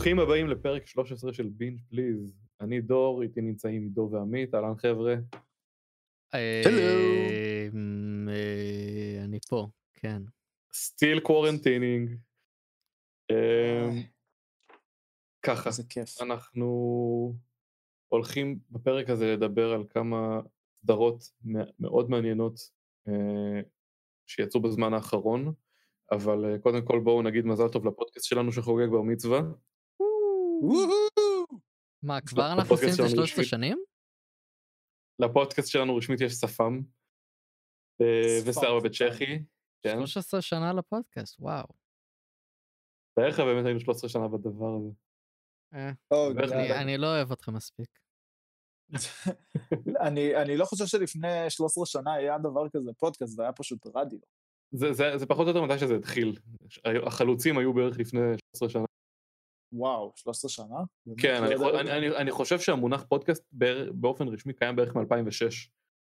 ברוכים הבאים לפרק 13 של בינג' פליז. אני דור, איתי נמצאים עידו ועמית, אהלן חבר'ה. אני פה, כן. סטיל קוורנטינינג. ככה, איזה כיף. אנחנו הולכים בפרק הזה לדבר על כמה סדרות מאוד מעניינות שיצאו בזמן האחרון, אבל קודם כל בואו נגיד מזל טוב לפודקאסט שלנו שחוגג בר מצווה. מה, כבר אנחנו עושים את זה 13 שנים? לפודקאסט שלנו רשמית יש שפם, וסבא בצ'כי. 13 שנה לפודקאסט, וואו. בערך באמת היינו 13 שנה בדבר הזה. אני לא אוהב אתכם מספיק. אני לא חושב שלפני 13 שנה היה דבר כזה פודקאסט, זה היה פשוט רדיו. זה פחות או יותר מתי שזה התחיל. החלוצים היו בערך לפני 13 שנה. וואו, 13 שנה? כן, אני חושב שהמונח פודקאסט באופן רשמי קיים בערך מ-2006.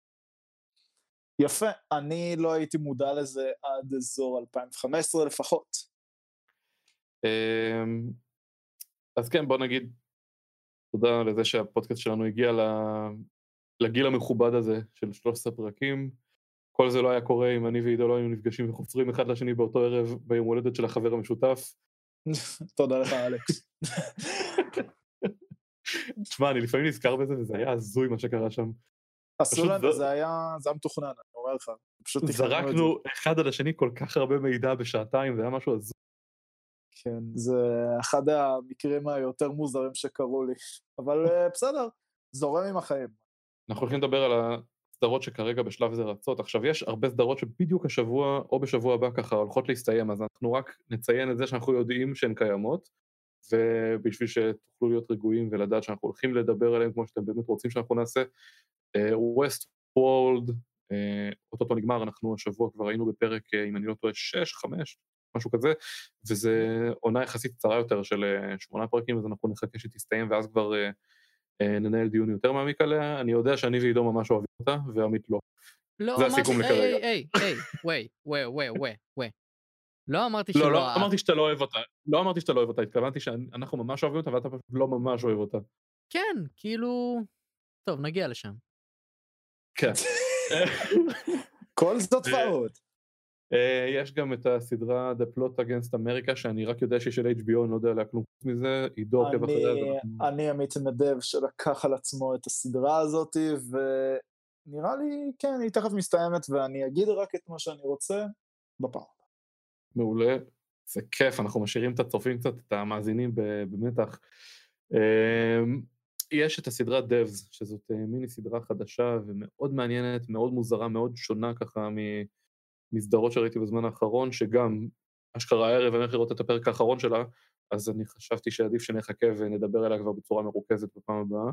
יפה, אני לא הייתי מודע לזה עד אזור 2015 לפחות. אז כן, בוא נגיד תודה לזה שהפודקאסט שלנו הגיע לגיל המכובד הזה של 13 פרקים. כל זה לא היה קורה אם אני ועידו לא היינו נפגשים וחופרים אחד לשני באותו ערב ביום הולדת של החבר המשותף. תודה לך אלכס. תשמע, אני לפעמים נזכר בזה וזה היה הזוי מה שקרה שם. עשו לנו, זה היה מתוכנן, אני אומר לך. זרקנו אחד על השני כל כך הרבה מידע בשעתיים, זה היה משהו הזוי. כן, זה אחד המקרים היותר מוזרים שקרו לי, אבל בסדר, זורם עם החיים. אנחנו הולכים לדבר על הסדרות שכרגע בשלב זה רצות. עכשיו יש הרבה סדרות שבדיוק השבוע או בשבוע הבא ככה הולכות להסתיים, אז אנחנו רק נציין את זה שאנחנו יודעים שהן קיימות, ובשביל שתוכלו להיות רגועים ולדעת שאנחנו הולכים לדבר עליהן כמו שאתם באמת רוצים שאנחנו נעשה. ווסט וורלד, אותו נגמר, אנחנו השבוע כבר היינו בפרק, אם אני לא טועה, 6, 5, משהו כזה, וזה עונה יחסית קצרה יותר של 8 פרקים, אז אנחנו נחכה שתסתיים, ואז כבר ננהל דיון יותר מעמיק עליה. אני יודע שאני ועידו ממש אוהבים אותה, ועמית לא. זה הסיכום לכרגע. לא אמרתי שלא. לא אמרתי שאתה לא אוהב אותה, לא אמרתי שאתה לא אוהב אותה, התכוונתי שאנחנו ממש אוהבים אותה, ואתה פשוט לא ממש אוהב אותה. כן, כאילו, טוב, נגיע לשם. כן. כל זאת ועוד. יש גם את הסדרה The Plot Against America, שאני רק יודע שיש של HBO, אני לא יודע עליה כלום מזה, עידו עוקב אחריה. אני המתנדב שלקח על עצמו את הסדרה הזאת, ונראה לי, כן, היא תכף מסתיימת, ואני אגיד רק את מה שאני רוצה בפעם. מעולה, זה כיף, אנחנו משאירים את הצופים קצת, את המאזינים במתח. יש את הסדרה Devs, שזאת מיני סדרה חדשה ומאוד מעניינת, מאוד מוזרה, מאוד שונה ככה מסדרות שראיתי בזמן האחרון, שגם אשכרה הערב אני הולך לראות את הפרק האחרון שלה, אז אני חשבתי שעדיף שנחכה ונדבר עליה כבר בצורה מרוכזת בפעם הבאה.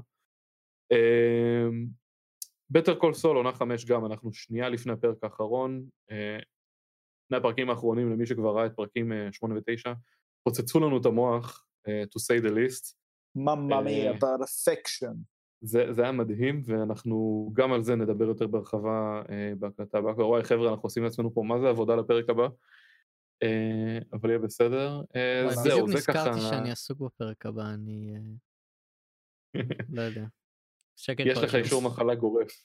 Better Call Saul, עונה 5 גם, אנחנו שנייה לפני הפרק האחרון, שני הפרקים האחרונים למי שכבר ראה את פרקים 8 ו-9, פוצצו לנו את המוח, to say the least. ממא מיה, פרפקשן. זה היה מדהים, ואנחנו גם על זה נדבר יותר ברחבה בהקלטה הבאה. וואי חבר'ה, אנחנו עושים לעצמנו פה, מה זה עבודה לפרק הבא? אבל יהיה בסדר. בדיוק נזכרתי שאני עסוק בפרק הבא, אני לא יודע. יש לך אישור מחלה גורף.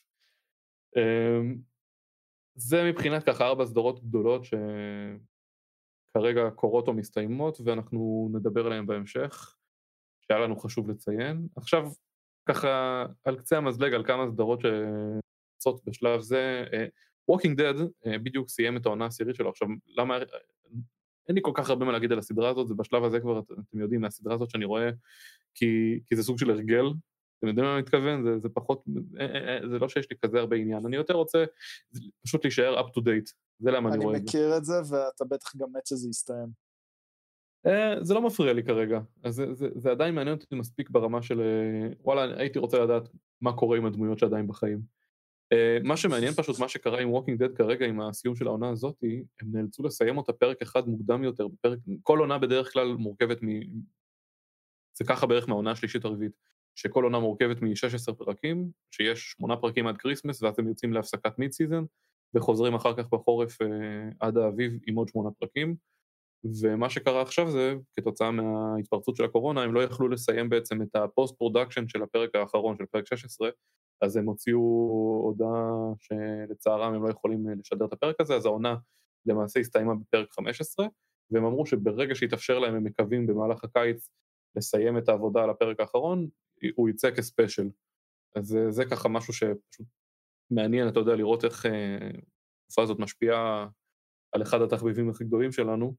זה מבחינת ככה 4 סדרות גדולות שכרגע קורות או מסתיימות, ואנחנו נדבר עליהן בהמשך, שהיה לנו חשוב לציין. עכשיו ככה על קצה המזלג על כמה סדרות שצות בשלב זה, Walking Dead בדיוק סיים את העונה העשירית שלו. עכשיו למה, אין לי כל כך הרבה מה להגיד על הסדרה הזאת, זה בשלב הזה כבר אתם יודעים מהסדרה הזאת שאני רואה, כי זה סוג של הרגל, אתם יודעים מה אני מתכוון, זה פחות, זה לא שיש לי כזה הרבה עניין, אני יותר רוצה פשוט להישאר up to date, זה למה אני רואה את זה. אני מכיר את זה ואתה בטח גם מת שזה יסתיים. זה לא מפריע לי כרגע, אז זה עדיין מעניין אותי מספיק ברמה של, וואלה, הייתי רוצה לדעת מה קורה עם הדמויות שעדיין בחיים. מה שמעניין פשוט, מה שקרה עם Walking Dead כרגע, עם הסיום של העונה הזאת, הם נאלצו לסיים אותה פרק אחד מוקדם יותר, כל עונה בדרך כלל מורכבת זה ככה בערך מהעונה השלישית הרביעית, שכל עונה מורכבת מ-16 פרקים, שיש 8 פרקים עד קריסמס, ואז הם יוצאים להפסקת מיד סיזן, וחוזרים אחר כך בחורף עד האביב עם עוד 8 פרקים, ומה שקרה עכשיו זה, כתוצאה מההתפרצות של הקורונה, הם לא יכלו לסיים בעצם את הפוסט פרודקשן של הפרק האחרון, של פרק 16, אז הם הוציאו הודעה שלצערם הם לא יכולים לשדר את הפרק הזה, אז העונה למעשה הסתיימה בפרק 15, והם אמרו שברגע שהתאפשר להם, הם מקווים במהלך הקיץ לסיים את העבודה על הפרק האחרון, הוא יצא כספיישל. אז זה ככה משהו שפשוט מעניין, אתה יודע, לראות איך התקופה הזאת משפיעה על אחד התחביבים הכי גדולים שלנו,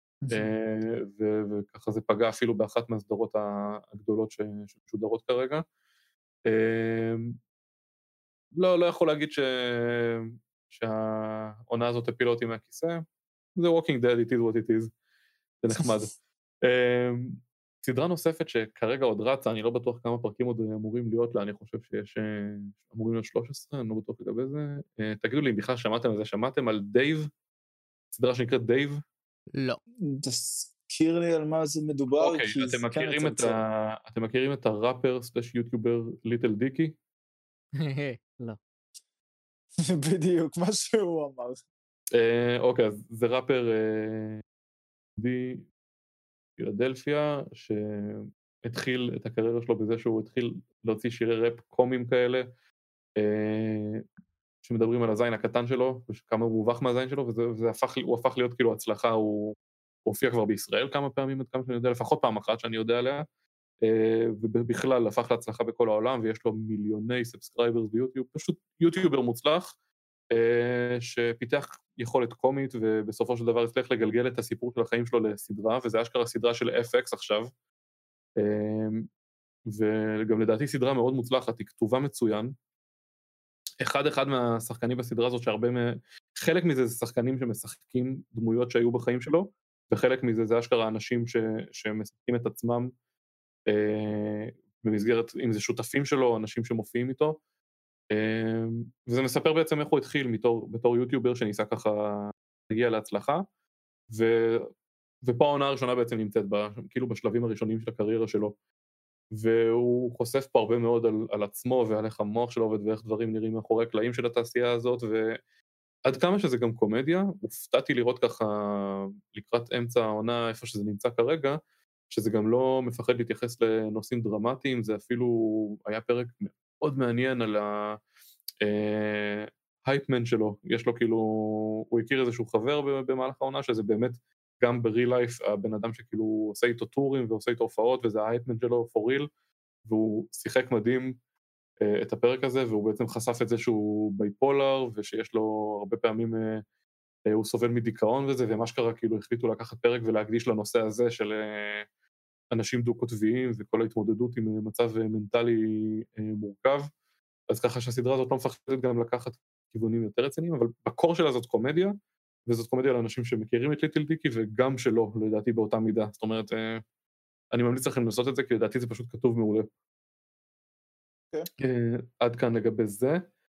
וככה זה פגע אפילו באחת מהסדרות הגדולות שמשודרות כרגע. לא יכול להגיד שהעונה הזאת הפילה אותי מהכיסא, זה Walking Dead, it is what it is, זה נחמד. סדרה נוספת שכרגע עוד רצה, אני לא בטוח כמה פרקים עוד אמורים להיות לה, אני חושב שיש אמורים להיות 13, אני לא בטוח לגבי זה. תגידו לי, בכלל שמעתם על זה, שמעתם על דייב? סדרה שנקראת דייב? לא. תזכיר לי על מה זה מדובר. אוקיי, אתם מכירים את הראפר סלש יוטיובר ליטל דיקי? לא. בדיוק, מה שהוא אמר. אוקיי, אז זה ראפר די פילדלפיה, שהתחיל את הקריירה שלו בזה שהוא התחיל להוציא שירי ראפ קומיים כאלה, שמדברים על הזין הקטן שלו, וכמה הוא מובך מהזין שלו, והוא הפך להיות כאילו הצלחה, הוא הופיע כבר בישראל כמה פעמים, עד כמה שאני יודע, לפחות פעם אחת שאני יודע עליה, ובכלל הפך להצלחה בכל העולם, ויש לו מיליוני סאבסקרייברס ביוטיוב, פשוט יוטיובר מוצלח, שפיתח יכולת קומית, ובסופו של דבר הצליח לגלגל את הסיפור של החיים שלו לסדרה, וזה אשכרה סדרה של FX עכשיו, וגם לדעתי סדרה מאוד מוצלחת, היא כתובה מצוין, אחד מהשחקנים בסדרה הזאת חלק מזה זה שחקנים שמשחקים דמויות שהיו בחיים שלו, וחלק מזה זה אשכרה אנשים שמשחקים את עצמם, במסגרת, אם זה שותפים שלו, אנשים שמופיעים איתו, וזה מספר בעצם איך הוא התחיל בתור יוטיובר שניסה ככה להגיע להצלחה, ופה העונה הראשונה בעצם נמצאת כאילו בשלבים הראשונים של הקריירה שלו, והוא חושף פה הרבה מאוד על עצמו ועל איך המוח שלו עובד ואיך דברים נראים מאחורי הקלעים של התעשייה הזאת, ועד כמה שזה גם קומדיה, הופתעתי לראות ככה לקראת אמצע העונה איפה שזה נמצא כרגע, שזה גם לא מפחד להתייחס לנושאים דרמטיים, זה אפילו היה פרק מאוד מעניין על ההייפמן שלו, יש לו כאילו, הוא הכיר איזשהו חבר במהלך העונה, שזה באמת גם ב-real life, הבן אדם שכאילו עושה איתו טורים ועושה איתו הופעות, וזה ההייפמן שלו for real, והוא שיחק מדהים את הפרק הזה, והוא בעצם חשף את זה שהוא בייפולר, ושיש לו הרבה פעמים, הוא סובל מדיכאון וזה, ומה שקרה כאילו החליטו לקחת פרק ולהקדיש לנושא הזה של אנשים דו-קוטביים, וכל ההתמודדות עם מצב מנטלי מורכב, אז ככה שהסדרה הזאת לא מפחדת גם לקחת כיוונים יותר רציניים, אבל בקור שלה זאת קומדיה, וזאת קומדיה לאנשים שמכירים את ליטל דיקי, וגם שלא, לדעתי באותה מידה. זאת אומרת, אני ממליץ לכם לעשות את זה, כי לדעתי זה פשוט כתוב מעולה. עד כאן לגבי זה.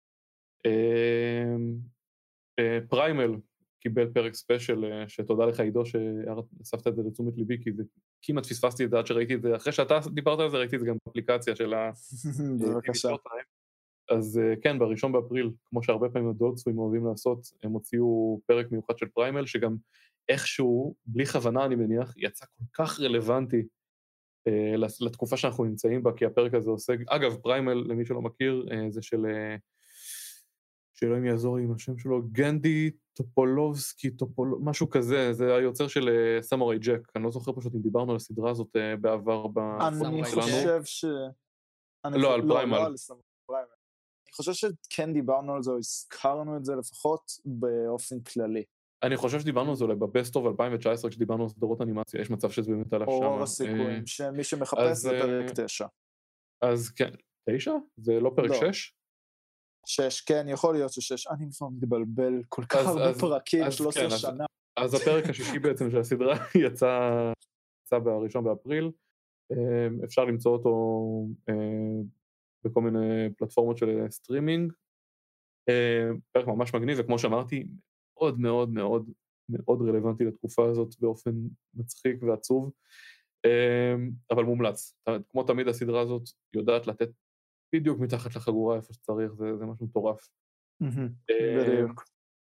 פריימל קיבל פרק ספיישל, שתודה לך עידו שאספת את זה לתשומת ליבי, כי זה כמעט פספסתי את זה עד שראיתי את זה, אחרי שאתה דיברת על זה, ראיתי את זה גם באפליקציה של בבקשה. אז כן, ב1 באפריל, כמו שהרבה פעמים הדולצויים אוהבים לעשות, הם הוציאו פרק מיוחד של פריימל, שגם איכשהו, בלי כוונה אני מניח, יצא כל כך רלוונטי לתקופה שאנחנו נמצאים בה, כי הפרק הזה עושה, אגב, פריימל, למי שלא מכיר, זה של, שלא אם יעזור עם השם שלו, גנדי טופולובסקי, משהו כזה, זה היוצר של סמוראי ג'ק, אני לא זוכר פשוט אם דיברנו על הסדרה הזאת בעבר אני חושב ש... לא, על פריימל. לא על פריימל. אני חושב שכן דיברנו על זה, או הזכרנו את זה לפחות באופן כללי. אני חושב שדיברנו על זה בבסט אוף 2019, כשדיברנו על סדרות אנימציה, יש מצב שזה באמת עלה שם. או הסיכויים, שמי שמחפש זה פרק 9. אז כן, 9? זה לא פרק 6? 6, כן, יכול להיות ש6. אני לפעמים מתבלבל כל כך הרבה פרקים, 13 שנה. אז הפרק השישי בעצם של הסדרה יצא ב1 באפריל, אפשר למצוא אותו בכל מיני פלטפורמות של סטרימינג, פרק ממש מגניב, וכמו שאמרתי, מאוד מאוד מאוד מאוד רלוונטי לתקופה הזאת באופן מצחיק ועצוב, אבל מומלץ. כמו תמיד הסדרה הזאת יודעת לתת בדיוק מתחת לחגורה איפה שצריך, זה משהו מטורף. בדיוק.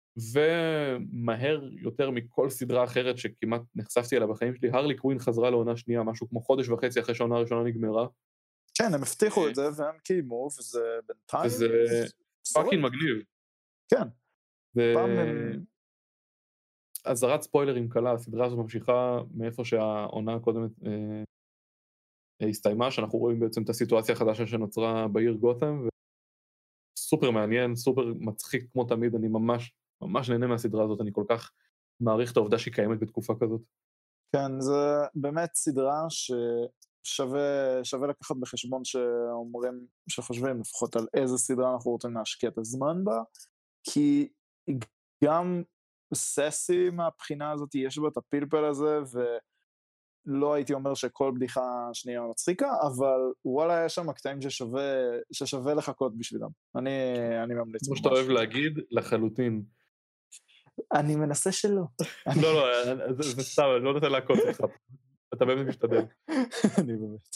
ומהר יותר מכל סדרה אחרת שכמעט נחשפתי אליה בחיים שלי, הרלי קווין חזרה לעונה שנייה, משהו כמו חודש וחצי אחרי שהעונה הראשונה נגמרה. כן, הם הבטיחו את זה והם קיימו, וזה בינתיים... וזה פאקינג מגניב. כן. פעם הם... אזהרת ספוילרים קלה, הסדרה הזו ממשיכה מאיפה שהעונה הקודמת הסתיימה, שאנחנו רואים בעצם את הסיטואציה החדשה שנוצרה בעיר גותם, וסופר מעניין, סופר מצחיק כמו תמיד, אני ממש נהנה מהסדרה הזאת, אני כל כך מעריך את העובדה שהיא קיימת בתקופה כזאת. כן, זה באמת סדרה ששווה לקחת בחשבון שאומרים, שחושבים לפחות על איזה סדרה אנחנו רוצים להשקיע את הזמן בה, כי גם ססי מהבחינה הזאת יש בה את הפלפל הזה, ולא הייתי אומר שכל בדיחה שנייה מצחיקה, אבל וואלה יש שם קטעים ששווה לחכות בשבילם. אני ממליץ. כמו שאתה אוהב להגיד, לחלוטין. אני מנסה שלא. לא, זה סתם, אני לא נותן להקות לך. אתה באמת משתדל. אני באמת.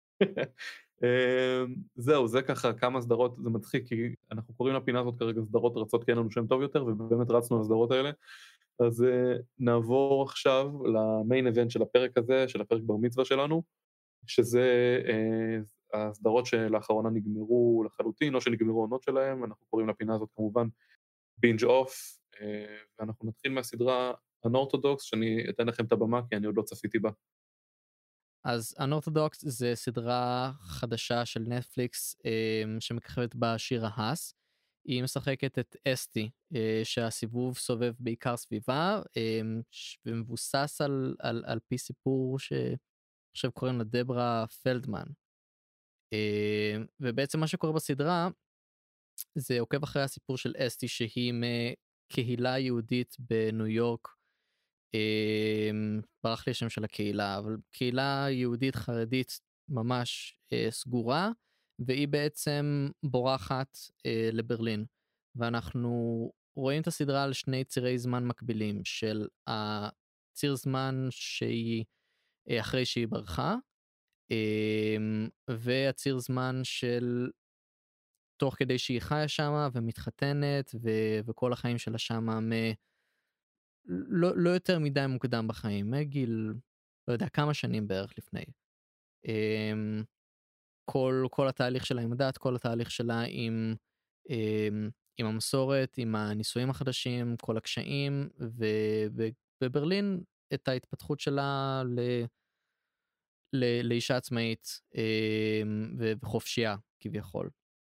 זהו, זה ככה כמה סדרות, זה מצחיק, כי אנחנו קוראים לפינה הזאת כרגע סדרות רצות, כי אין לנו שם טוב יותר, ובאמת רצנו על הסדרות האלה. אז נעבור עכשיו למיין איבנט של הפרק הזה, של הפרק בר מצווה שלנו, שזה הסדרות שלאחרונה נגמרו לחלוטין, לא שנגמרו עונות שלהם, אנחנו קוראים לפינה הזאת כמובן בינג' אוף, ואנחנו נתחיל מהסדרה אנורתודוקס, שאני אתן לכם את הבמה, כי אני עוד לא צפיתי בה. אז אנורתודוקס זה סדרה חדשה של נטפליקס שמככבת בה שירה האס. היא משחקת את אסתי, שהסיבוב סובב בעיקר סביבה, ומבוסס על פי סיפור שעכשיו קוראים לה דברה פלדמן. ובעצם מה שקורה בסדרה זה עוקב אחרי הסיפור של אסתי, שהיא מקהילה יהודית בניו יורק, ברח לי השם של הקהילה, אבל קהילה יהודית חרדית ממש סגורה, והיא בעצם בורחת לברלין, ואנחנו רואים את הסדרה על שני צירי זמן מקבילים, של הציר זמן שהיא אחרי שהיא ברחה, והציר זמן של תוך כדי שהיא חיה שמה ומתחתנת, וכל החיים שלה שמה לא יותר מדי מוקדם בחיים, מגיל, לא יודע, כמה שנים בערך לפני. כל התהליך שלה עם הדת, כל התהליך שלה עם המסורת, עם הנישואים החדשים, כל הקשיים, ובברלין את ההתפתחות שלה לאישה עצמאית וחופשייה כביכול.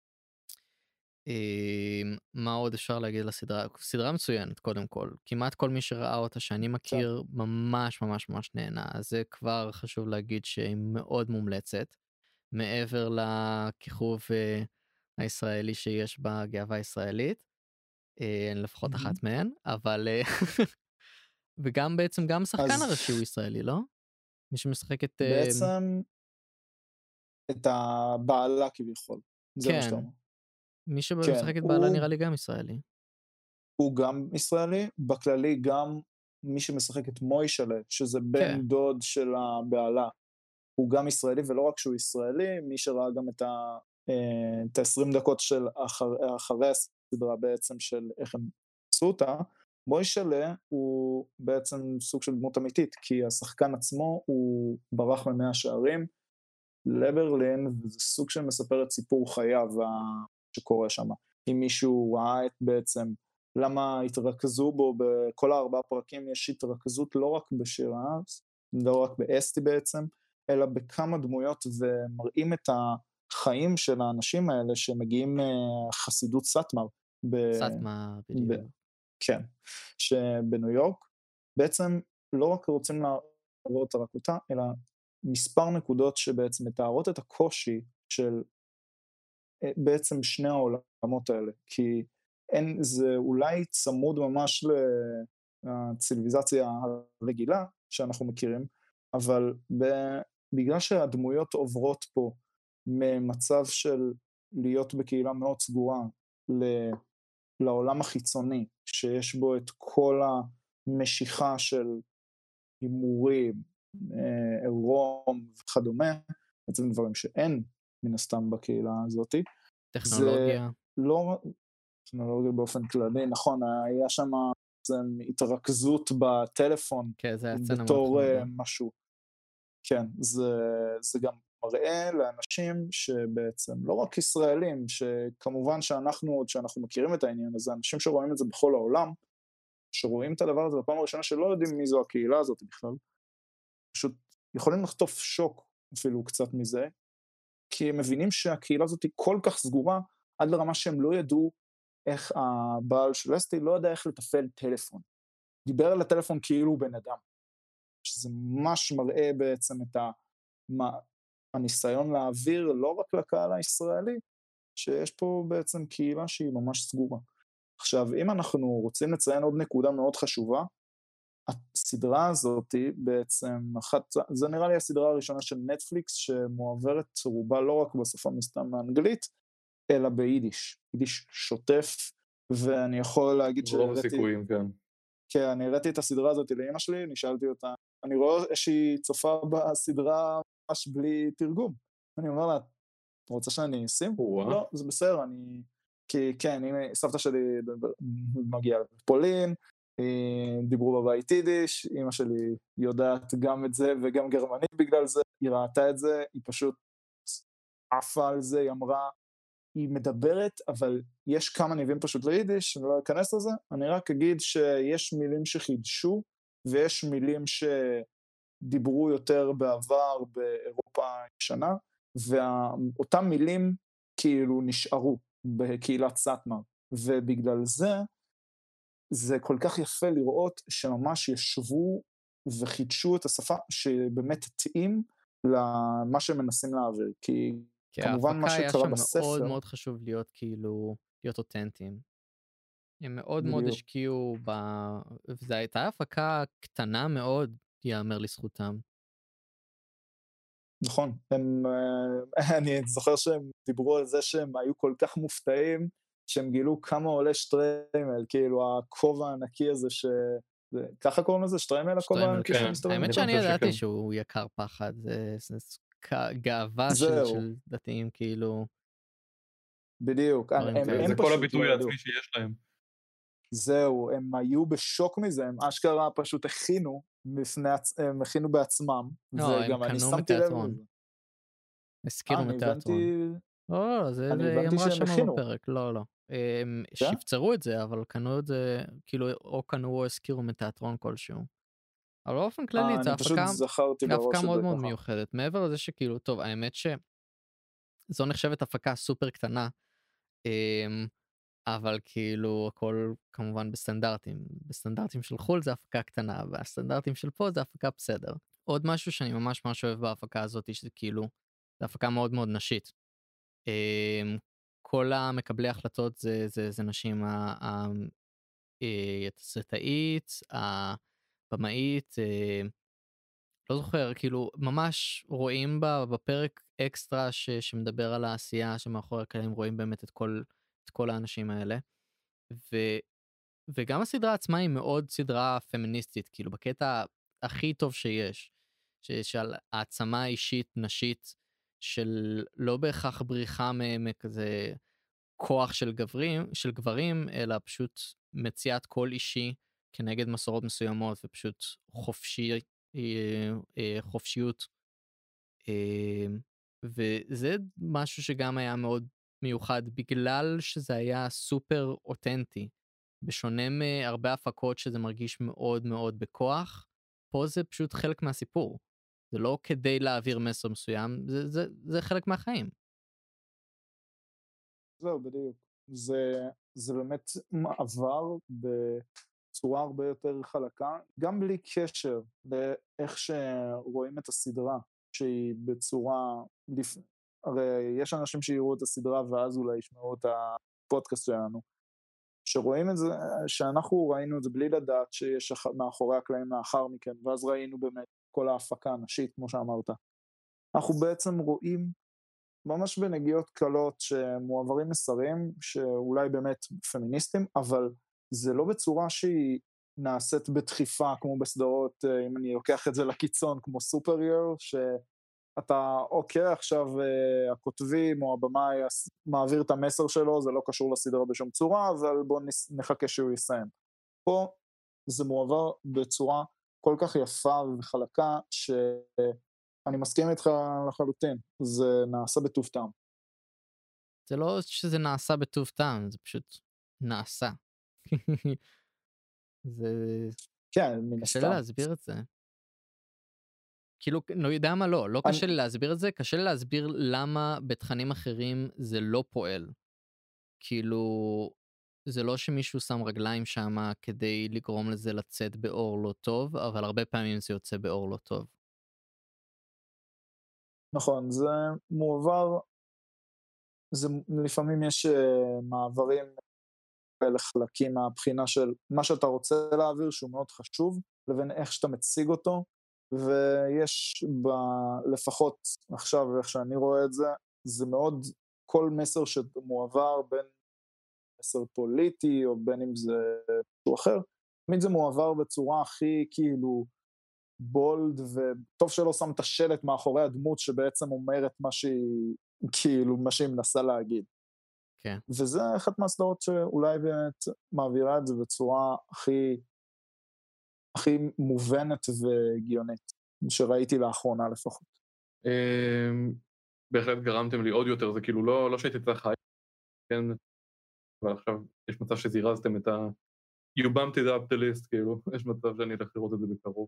מה עוד אפשר להגיד על הסדרה? סדרה מצוינת קודם כל, כמעט כל מי שראה אותה שאני מכיר ממש ממש ממש נהנה, אז זה כבר חשוב להגיד שהיא מאוד מומלצת, מעבר לכיכוב הישראלי שיש בה גאווה ישראלית, לפחות אחת מהן, אבל וגם בעצם גם שחקן הראשי הוא ישראלי, לא? מי שמשחק את... בעצם את הבעלה כביכול, זה מה שאתה אומר. מי שמשחק את בעלה נראה לי גם ישראלי. הוא גם ישראלי, בכללי גם מי שמשחק את מוישלה, שזה בן דוד של הבעלה, הוא גם ישראלי, ולא רק שהוא ישראלי, מי שראה גם את ה-20 דקות של אחרי הסדרה בעצם של איך הם עשו אותה, מוישלה הוא בעצם סוג של דמות אמיתית, כי השחקן עצמו הוא ברח ממאה שערים לברלין, וזה סוג של מספר את סיפור חייו שקורה שם. אם מישהו ראה את בעצם, למה התרכזו בו, בכל 4 פרקים יש התרכזות לא רק בשירה, לא רק באסתי בעצם, אלא בכמה דמויות, ומראים את החיים של האנשים האלה, שמגיעים חסידות סאטמר. סאטמר, בדיוק. כן, שבניו יורק, בעצם לא רק רוצים להראות רק אותה, אלא מספר נקודות שבעצם מתארות את הקושי של בעצם שני העולמות האלה, כי זה אולי צמוד ממש לציוויליזציה הרגילה שאנחנו מכירים, אבל בגלל שהדמויות עוברות פה ממצב של להיות בקהילה מאוד סגורה לעולם החיצוני, שיש בו את כל המשיכה של הימורים, עירום וכדומה, בעצם דברים שאין מן הסתם בקהילה הזאת. טכנולוגיה. טכנולוגיה באופן כללי, נכון, היה שם התרכזות בטלפון, כן, זה היה סצנה מאוד בתור חמודה. משהו. כן, זה גם מראה לאנשים שבעצם, לא רק ישראלים, שכמובן שאנחנו מכירים את העניין הזה, אנשים שרואים את זה בכל העולם, שרואים את הדבר הזה בפעם הראשונה שלא יודעים מי זו הקהילה הזאת בכלל, פשוט יכולים לחטוף שוק אפילו קצת מזה, כי הם מבינים שהקהילה הזאת היא כל כך סגורה, עד לרמה שהם לא ידעו איך הבעל של אסתי לא יודע איך לתפעל טלפון. דיבר על הטלפון כאילו הוא בן אדם. שזה ממש מראה בעצם את הניסיון להעביר לא רק לקהל הישראלי, שיש פה בעצם קהילה שהיא ממש סגורה. עכשיו, אם אנחנו רוצים לציין עוד נקודה מאוד חשובה, הסדרה הזאת בעצם, זה נראה לי הסדרה הראשונה של נטפליקס, שמועברת רובה לא רק בשפה מסתם האנגלית, אלא ביידיש, יידיש שוטף, ואני יכול להגיד רוב הסיכויים, כן. כן, אני הראיתי את הסדרה הזאת לאמא שלי, נשאלתי אותה, אני רואה שהיא צופה בסדרה ממש בלי תרגום, אני אומר לה, אתה רוצה שאני אשים? לא, זה בסדר, כי כן, סבתא שלי מגיעה לפולין, דיברו בבית יידיש, אמא שלי יודעת גם את זה וגם גרמנית בגלל זה, היא ראתה את זה, היא פשוט עפה על זה, היא אמרה, היא מדברת, אבל יש כמה ניבים פשוט ליידיש, אני לא אכנס לזה, אני רק אגיד שיש מילים שחידשו, ויש מילים שדיברו יותר בעבר באירופה שנה, ואותם מילים כאילו נשארו בקהילת סאטמר, ובגלל זה, זה כל כך יפה לראות שממש ישבו וחידשו את השפה שבאמת תתאים למה שהם מנסים להעביר, כי כמובן מה שקרה בספר. היה שם מאוד מאוד חשוב להיות כאילו, להיות אותנטיים. הם מאוד מאוד השקיעו זו הייתה הפקה קטנה מאוד, יאמר לזכותם. נכון, אני זוכר שהם דיברו על זה שהם היו כל כך מופתעים, שהם גילו כמה עולה שטריימל, כאילו הכובע הענקי הזה ככה קוראים לזה? שטריימל הכובע הענקי שמסתובב? האמת שאני ידעתי שהוא יקר פחד, זה גאווה של דתיים כאילו. בדיוק. זה כל הביטוי העצמי שיש להם. זהו, הם היו בשוק מזה, הם אשכרה פשוט הם הכינו בעצמם, וגם אני שמתי לב לזה. הזכירו מתיאטרון. זה היא אמרה שם בפרק, לא. הם שפצרו את זה, אבל קנו את זה, כאילו, או קנו או הזכירו מתיאטרון כלשהו. אבל באופן כללי, זה הפקה מאוד מאוד מיוחדת. מעבר לזה שכאילו, טוב, האמת שזו נחשבת הפקה סופר קטנה, אבל כאילו, הכל כמובן בסטנדרטים של חול זה הפקה קטנה, והסטנדרטים של פה זה הפקה בסדר. עוד משהו שאני ממש ממש אוהב בהפקה הזאת, שזה כאילו, זה הפקה מאוד מאוד נשית. כל המקבלי ההחלטות זה נשים, התסריטאית, הבמאית, לא זוכר, כאילו ממש רואים בפרק אקסטרה שמדבר על העשייה שמאחורי הקלעים, רואים באמת את כל האנשים האלה, וגם הסדרה עצמה היא מאוד סדרה פמיניסטית, כאילו בקטע הכי טוב שיש, של העצמה אישית נשית, של לא בהכרח בריחה מכזה כוח של גברים, אלא פשוט מציאת קול אישי כנגד מסורות מסוימות, ופשוט חופשיות. וזה משהו שגם היה מאוד מיוחד, בגלל שזה היה סופר אותנטי, בשונה מהרבה הפקות שזה מרגיש מאוד מאוד בכוח, פה זה פשוט חלק מהסיפור. זה לא כדי להעביר מסר מסוים, זה חלק מהחיים. זהו, בדיוק. זה באמת מעבר בצורה הרבה יותר חלקה, גם בלי קשר לאיך שרואים את הסדרה, שהיא בצורה, הרי יש אנשים שיראו את הסדרה ואז אולי ישמעו את הפודקאסט שלנו, שרואים את זה, שאנחנו ראינו את זה בלי לדעת שיש מאחורי הקלעים לאחר מכן, ואז ראינו באמת כל ההפקה הנשית, כמו שאמרת. אנחנו בעצם רואים ממש בנגיעות קלות שמועברים מסרים, שאולי באמת פמיניסטים, אבל זה לא בצורה שהיא נעשית בדחיפה, כמו בסדרות, אם אני לוקח את זה לקיצון, כמו סופריור, אתה אוקיי, עכשיו הכותבים או הבמאי מעביר את המסר שלו, זה לא קשור לסדרה בשום צורה, אבל בואו נחכה שהוא יסיים. פה זה מועבר בצורה כל כך יפה וחלקה, שאני מסכים איתך לחלוטין, זה נעשה בטוב טעם. זה לא שזה נעשה בטוב טעם, זה פשוט נעשה. זה כן, מן קשה הסתם. לי להסביר את זה. כאילו, לא יודע מה לא קשה לי להסביר את זה, קשה לי להסביר למה בתכנים אחרים זה לא פועל. כאילו, זה לא שמישהו שם רגליים שם כדי לגרום לזה לצאת באור לא טוב, אבל הרבה פעמים זה יוצא באור לא טוב. נכון, זה מועבר, לפעמים יש מעברים לחלקים מהבחינה של מה שאתה רוצה להעביר, שהוא מאוד חשוב, לבין איך שאתה מציג אותו, ויש לפחות עכשיו, איך שאני רואה את זה, זה מאוד, כל מסר שמועבר, בין מסר פוליטי, או בין אם זה משהו אחר, תמיד זה מועבר בצורה הכי כאילו בולד, וטוב שלא שם את השלט מאחורי הדמות, שבעצם אומרת מה שהיא, כאילו, מה שהיא מנסה להגיד. כן. וזה אחת מהסדרות שאולי באמת מעבירה את זה בצורה הכי מובנת והגיונית, שראיתי לאחרונה לפחות. בהחלט גרמתם לי עוד יותר, זה כאילו לא שהייתי צריך חי, כן, אבל עכשיו יש מצב שזירזתם את you bumped it up the list, כאילו, יש מצב שאני אלך לראות את זה בקרוב.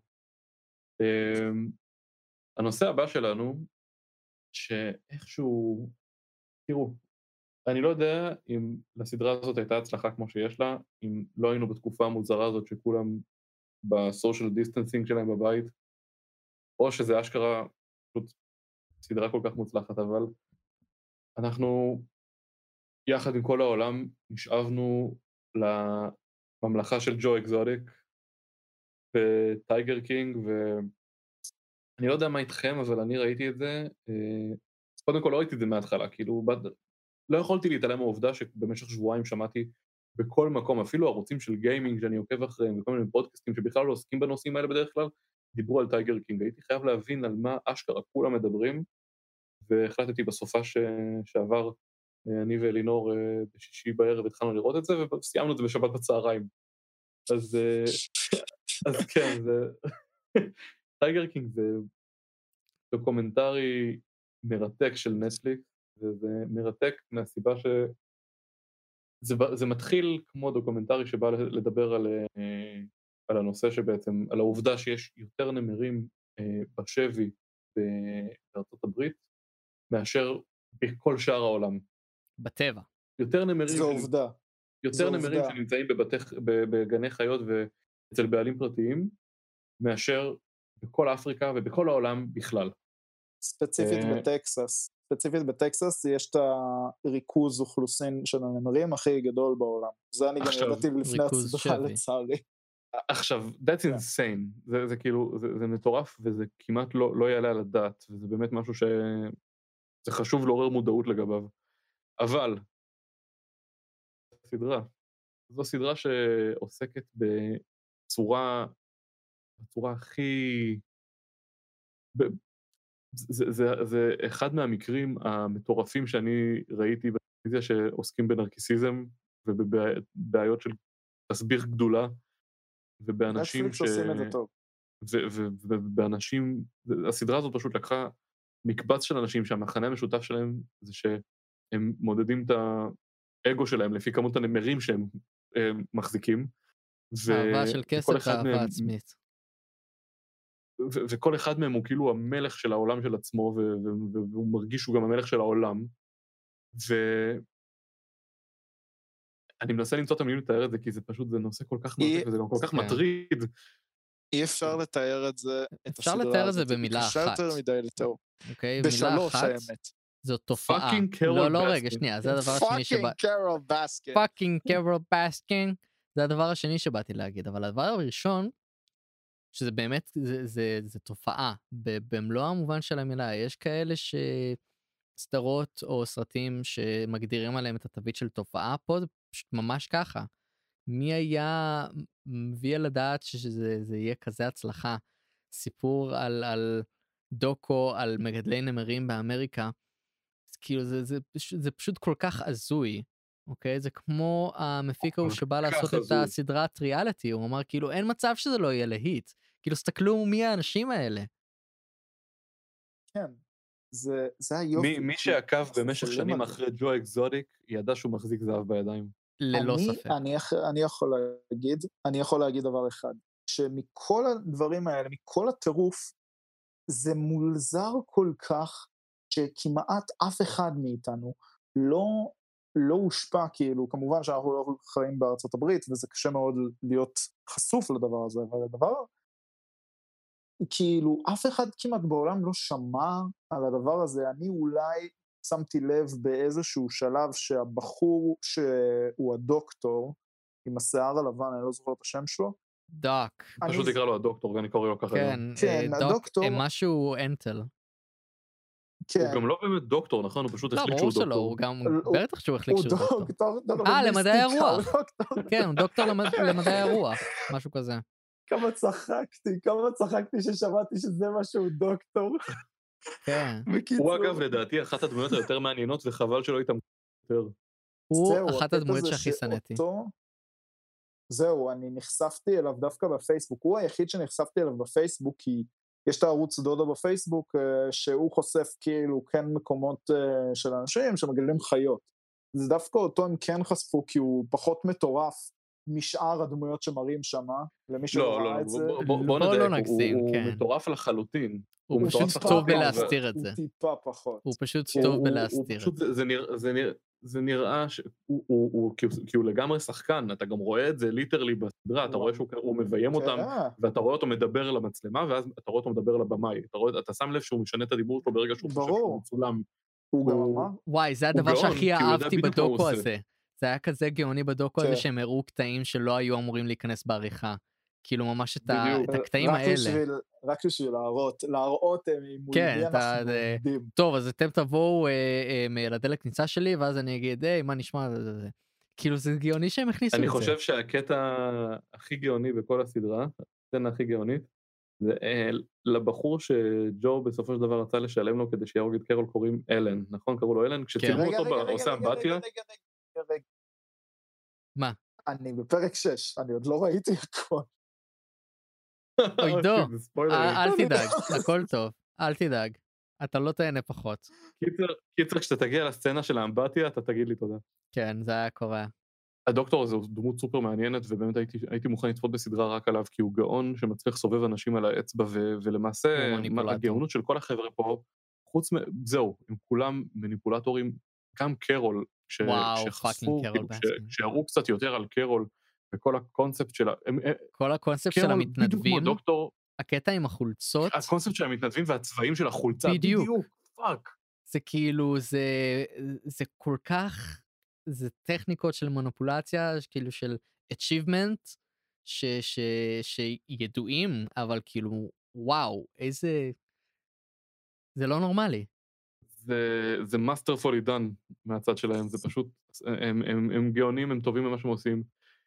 הנושא הבא שלנו, שאיכשהו, תראו, אני לא יודע אם לסדרה הזאת הייתה הצלחה כמו שיש לה, אם לא היינו בתקופה המוזרה הזאת שכולם בסושיאל דיסטנסינג שלהם בבית, או שזה אשכרה פשוט סדרה כל כך מוצלחת, אבל אנחנו יחד עם כל העולם נשאבנו לממלכה של ג'ו אקזוטיק וטייגר קינג, ואני לא יודע מה איתכם, אבל אני ראיתי את זה, קודם כל לא ראיתי את זה מההתחלה, כאילו לא יכולתי להתעלם מהעובדה שבמשך שבועיים שמעתי בכל מקום, אפילו ערוצים של גיימינג שאני עוקב אחריהם, וכל מיני פודקאסטים שבכלל לא עוסקים בנושאים האלה בדרך כלל, דיברו על טייגר קינג. הייתי חייב להבין על מה אשכרה כולם מדברים, והחלטתי בסופה שעבר, אני ואלינור בשישי בערב התחלנו לראות את זה, וסיימנו את זה בשבת בצהריים. אז כן, טייגר קינג זה דוקומנטרי מרתק של נטפליקס, וזה מרתק מהסיבה זה מתחיל כמו דוקומנטרי שבא לדבר על הנושא שבעצם, על העובדה שיש יותר נמרים בשבי בארצות הברית, מאשר בכל שאר העולם. בטבע. זו עובדה. יותר נמרים שנמצאים בגני חיות ואצל בעלים פרטיים, מאשר בכל אפריקה ובכל העולם בכלל. ספציפית בטקסס יש את הריכוז אוכלוסין של הנמרים הכי גדול בעולם. זה אני גם ידעתי לפני הצבחה לצערי. עכשיו, that's insane. זה כאילו, זה מטורף, וזה כמעט לא יעלה על הדעת, וזה באמת משהו זה חשוב לעורר מודעות לגביו. אבל, זו סדרה שעוסקת בצורה הכי, זה אחד מהמקרים המטורפים שאני ראיתי בטלוויזיה שעוסקים בנרקיסיזם ובבעיות של תסביך גדולה, ובאנשים ובאנשים, הסדרה הזאת פשוט לקחה מקבץ של אנשים שהמחנה המשותף שלהם זה שהם מודדים את האגו שלהם לפי כמות הנמרים שהם מחזיקים. אהבה של כסף ואהבה עצמית. וכל אחד מהם הוא כאילו המלך של העולם של עצמו, והוא מרגיש שהוא גם המלך של העולם. אני מנסה למצוא את המילים לתאר את זה, כי זה פשוט, זה נושא כל כך מרתק, וזה גם כל כך מטריד. אי אפשר לתאר את זה, אפשר לתאר את זה במילה אחת. אוקיי, מילה אחת, זו תופעה. לא, רגע, שנייה, זה הדבר השני פאקינג קרול בסקין. זה הדבר השני שבאתי להגיד, אבל הדבר הראשון, שזה באמת, זה תופעה, במלוא המובן של המילה, יש כאלה סדרות או סרטים שמגדירים עליהם את התווית של תופעה, פה זה פשוט ממש ככה. מי היה מביא על הדעת שזה יהיה כזה הצלחה? סיפור על דוקו על מגדלי נמרים באמריקה, אז כאילו זה פשוט כל כך הזוי, אוקיי? זה כמו המפיק ההוא שבא לעשות את הסדרת ריאליטי, הוא אמר כאילו אין מצב שזה לא יהיה להיט, כאילו סתכלו מי האנשים האלה. כן, זה היופי. מי שעקב במשך שנים אחרי ג'ו אקזוטיק, ידע שהוא מחזיק זהב בידיים. ללא ספק. אני יכול להגיד דבר אחד, שמכל הדברים האלה, מכל הטירוף, זה מולזר כל כך, שכמעט אף אחד מאיתנו לא הושפע, כאילו, כמובן שאנחנו לא חיים בארצות הברית, וזה קשה מאוד להיות חשוף לדבר הזה, אבל הדבר, כאילו, אף אחד כמעט בעולם לא שמע על הדבר הזה. אני אולי שמתי לב באיזשהו שלב שהבחור שהוא הדוקטור, עם השיער הלבן, אני לא זוכר את השם שלו. דוק. פשוט תקרא לו הדוקטור, ואני קורא לו ככה. כן, הדוקטור. משהו אנטל. הוא גם לא באמת דוקטור, נכון? הוא פשוט החליט שהוא דוקטור. הוא גם בטח שהוא החליט שהוא דוקטור. דוקטור. למדעי הרוח. כן, הוא דוקטור למדעי הרוח, משהו כזה. כמה צחקתי ששמעתי שזה משהו דוקטור. כן. הוא אגב לדעתי אחת הדמויות היותר מעניינות, וחבל שלא איתם יותר. הוא אחת הדמויות שהכי שנאתי. זהו, אני נחשפתי אליו דווקא בפייסבוק, הוא היחיד שנחשפתי אליו בפייסבוק, כי יש את הערוץ דודו בפייסבוק, שהוא חושף כאילו כן מקומות של אנשים שמגדלים חיות. זה דווקא אותו הם כן חשפו, כי הוא פחות מטורף משאר הדמויות שמראים שם, למי שראה את זה. בוא נדייק, הוא מטורף לחלוטין. הוא פשוט טוב בלהסתיר את זה. הוא טיפה פחות. הוא פשוט טוב בלהסתיר את זה. זה נראה כי הוא לגמרי שחקן, אתה גם רואה את זה ליטרלי בסדרה, אתה רואה שהוא מביים אותם, ואתה רואה אותו מדבר למצלמה, ואז אתה רואה אותו מדבר לבמאי, אתה שם לב שהוא משנה את הדיבור שלו ברגע שהוא חושב שהוא מצולם. הוא גם אמר? וואי, זה הדבר שהכי אהבתי בדוקו הזה. זה היה כזה גאוני בדוקו הזה, שהם הראו קטעים שלא היו אמורים להיכנס בעריכה. כאילו ממש את הקטעים האלה. רק בשביל להראות כן, טוב, אז אתם תבואו לדלק כניסה שלי, ואז אני אגיד, היי, מה נשמע? כאילו זה גאוני שהם הכניסו את זה. אני חושב שהקטע הכי גאוני בכל הסדרה, הסצנה הכי גאונית, זה לבחור שג'ו בסופו של דבר רצה לשלם לו כדי שיהרוג את קרול, קוראים אלן, נכון? קראו לו אלן? כשצילמו אותו עושה אמבטיה. מה? אני בפרק 6, אני עוד לא ראיתי הכל. אוי דו, אל תדאג, הכל טוב, אל תדאג, אתה לא תהנה פחות. קיצר, כשאתה תגיע לסצנה של האמבטיה, אתה תגיד לי תודה. כן, זה היה קורה. הדוקטור הזה הוא דמות סופר מעניינת, ובאמת הייתי מוכן לצפות בסדרה רק עליו, כי הוא גאון שמצליח סובב אנשים על האצבע, ולמעשה הגאונות של כל החבר'ה פה, חוץ זהו, הם כולם מניפולטורים, גם קרול, שחשפו, שהראו קצת יותר על קרול, וכל הקונספט שלה, כל הקונספט של המתנדבים, דוקטור, הקטע עם החולצות, הקונספט של המתנדבים והצבעים של החולצה, בדיוק, פאק. זה כאילו, זה כל כך, זה טכניקות של מניפולציה, כאילו של achievement, שידועים, אבל כאילו, וואו, איזה, זה לא נורמלי. זה masterfully done מהצד שלהם, זה פשוט, הם גאונים, הם טובים במה שהם עושים,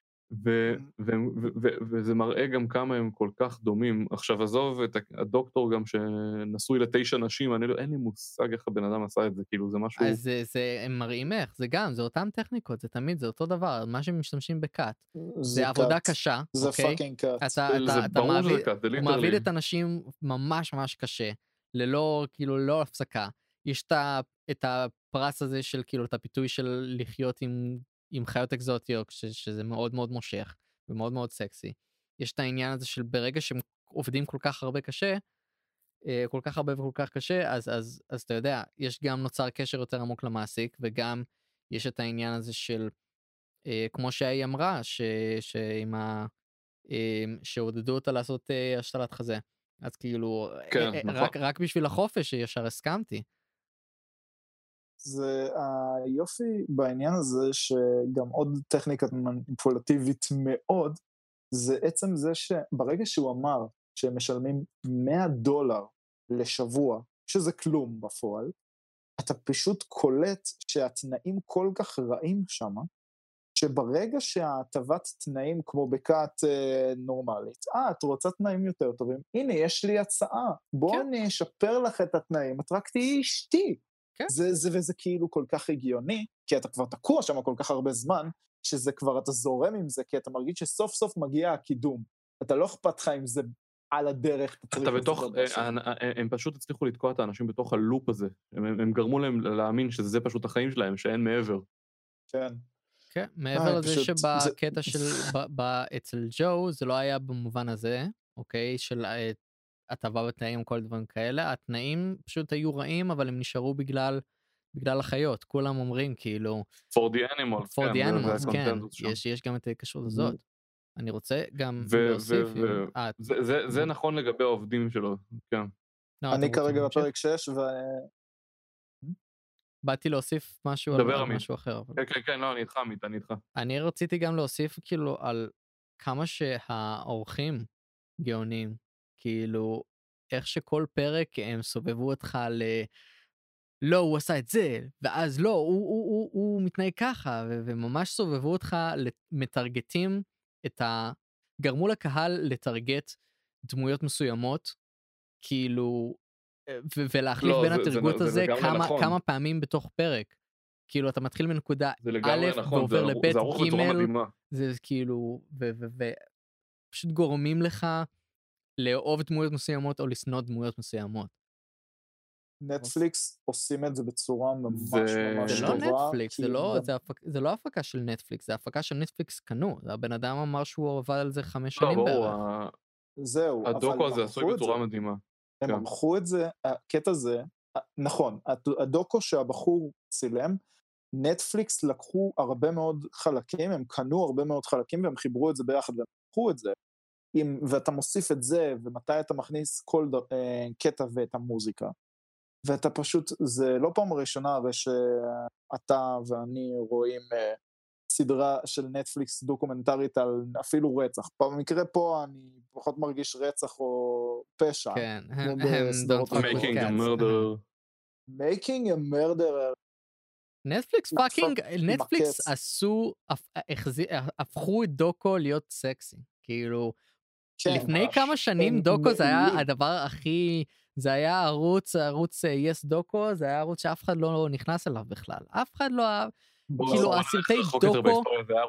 וזה מראה גם כמה הם כל כך דומים. עכשיו עזוב את הדוקטור גם שנשוי ל9 נשים, אין לי מושג איך הבן אדם עשה את זה, כאילו זה משהו... אז הם מראים איך, זה אותם טכניקות, זה תמיד, זה אותו דבר, מה שמשתמשים בקאט. זה עבודה קשה, זה פאקינג קאט. זה ברור שזה קאט, זה ליטרלי. הוא מעביד את האנשים ממש ממש קשה, ללא, כאילו, לא הפסקה. יש את הפרס הזה של, כאילו, את הפיתוי של לחיות עם חיות אקזוטיות, שזה מאוד מאוד מושך, ומאוד מאוד סקסי. יש את העניין הזה של ברגע שהם עובדים כל כך הרבה קשה, כל כך הרבה וכל כך קשה, אז אתה יודע, יש גם נוצר קשר יותר עמוק למעסיק, וגם יש את העניין הזה של, כמו שהיא אמרה, שעודדו אותה לעשות השתלת חזה. אז כאילו, כן, רק בשביל החופש שישר הסכמתי. זה היופי בעניין הזה, שגם עוד טכניקה מניפולטיבית מאוד, זה עצם זה שברגע שהוא אמר שהם משלמים $100 לשבוע, שזה כלום בפועל, אתה פשוט קולט שהתנאים כל כך רעים שם, שברגע שההטבת תנאים כמו בקאט נורמלית, את רוצה תנאים יותר טובים, הנה יש לי הצעה, בואו נשפר לך את התנאים, את רק תהיי אשתי. וזה כאילו כל כך הגיוני, כי אתה כבר תקוע שם כל כך הרבה זמן, שזה כבר אתה זורם עם זה, כי אתה מרגיש שסוף סוף מגיע הקידום, אתה לא אכפת לך אם זה על הדרך, אתה בתוך, הם פשוט הצליחו לתקוע את האנשים בתוך הלופ הזה, הם גרמו להם להאמין שזה פשוט החיים שלהם, שאין מעבר. כן. כן, מעבר לזה שבקטע של, אצל ג'ו, זה לא היה במובן הזה, אוקיי, של הטבה בתנאים, כל דברים כאלה, התנאים פשוט היו רעים, אבל הם נשארו בגלל החיות, כולם אומרים כאילו, for the animals, כן, יש גם את ההתקשרות הזאת. אני רוצה גם להוסיף, זה נכון לגבי העובדים שלו, כן. אני כרגע בפרק 6 באתי להוסיף משהו על משהו אחר. כן, לא, אני איתך, אני איתך. אני רציתי גם להוסיף כאילו על כמה שהאורחים גאונים, כאילו איך שכל פרק הם סובבו אותך לא, הוא עשה את זה, ואז לא, הוא מתנהג ככה, וממש סובבו אותך מטרגטים גרמו לקהל לטרגט דמויות מסוימות, כאילו, ולהחליף בין התרגות הזה כמה פעמים בתוך פרק. כאילו, אתה מתחיל מנקודה א' ועובר לב' ג', זה כאילו, ופשוט גורמים לך לאהוב דמויות מסוימות או לשנוא דמויות מסוימות. נטפליקס עושים את זה בצורה ממש ממש זה טובה. לא נטפליקס, זה לא הפקה של נטפליקס, זה הפקה של נטפליקס קנו, הבן אדם אמר שהוא עבד על זה 5 שנים בערך. זהו, הדוקו הזה עשוי בצורה מדהימה. הם ערכו את זה, הקטע הזה, נכון, הדוקו שהבחור צילם, נטפליקס לקחו הרבה מאוד חלקים, הם קנו הרבה מאוד חלקים והם חיברו את זה ביחד והם ערכו את זה, ואתה מוסיף את זה ומתי אתה מכניס כל קטע ואת המוזיקה. ואתה פשוט, זה לא פעם ראשונה הרי שאתה ואני רואים סדרה של נטפליקס דוקומנטרית על אפילו רצח. במקרה פה אני פחות מרגיש רצח או פשע. כן, Making a murderer. Making a murderer. נטפליקס הפכו את דוקו להיות סקסי. כאילו, לפני כמה שנים דוקו זה היה הדבר הכי... זה היה ערוץ יס דוקו, זה היה ערוץ שאף אחד לא נכנס אליו בכלל. אף אחד לא אהב, כאילו הסרטי דוקו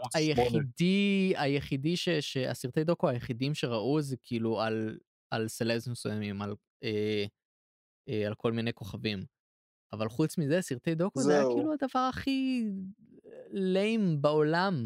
היחידי שהסרטי דוקו היחידים שראו זה כאילו על סלבס מסוימים, על כל מיני כוכבים. אבל חוץ מזה, סרטי דוקו זה היה כאילו הדבר הכי ליים בעולם.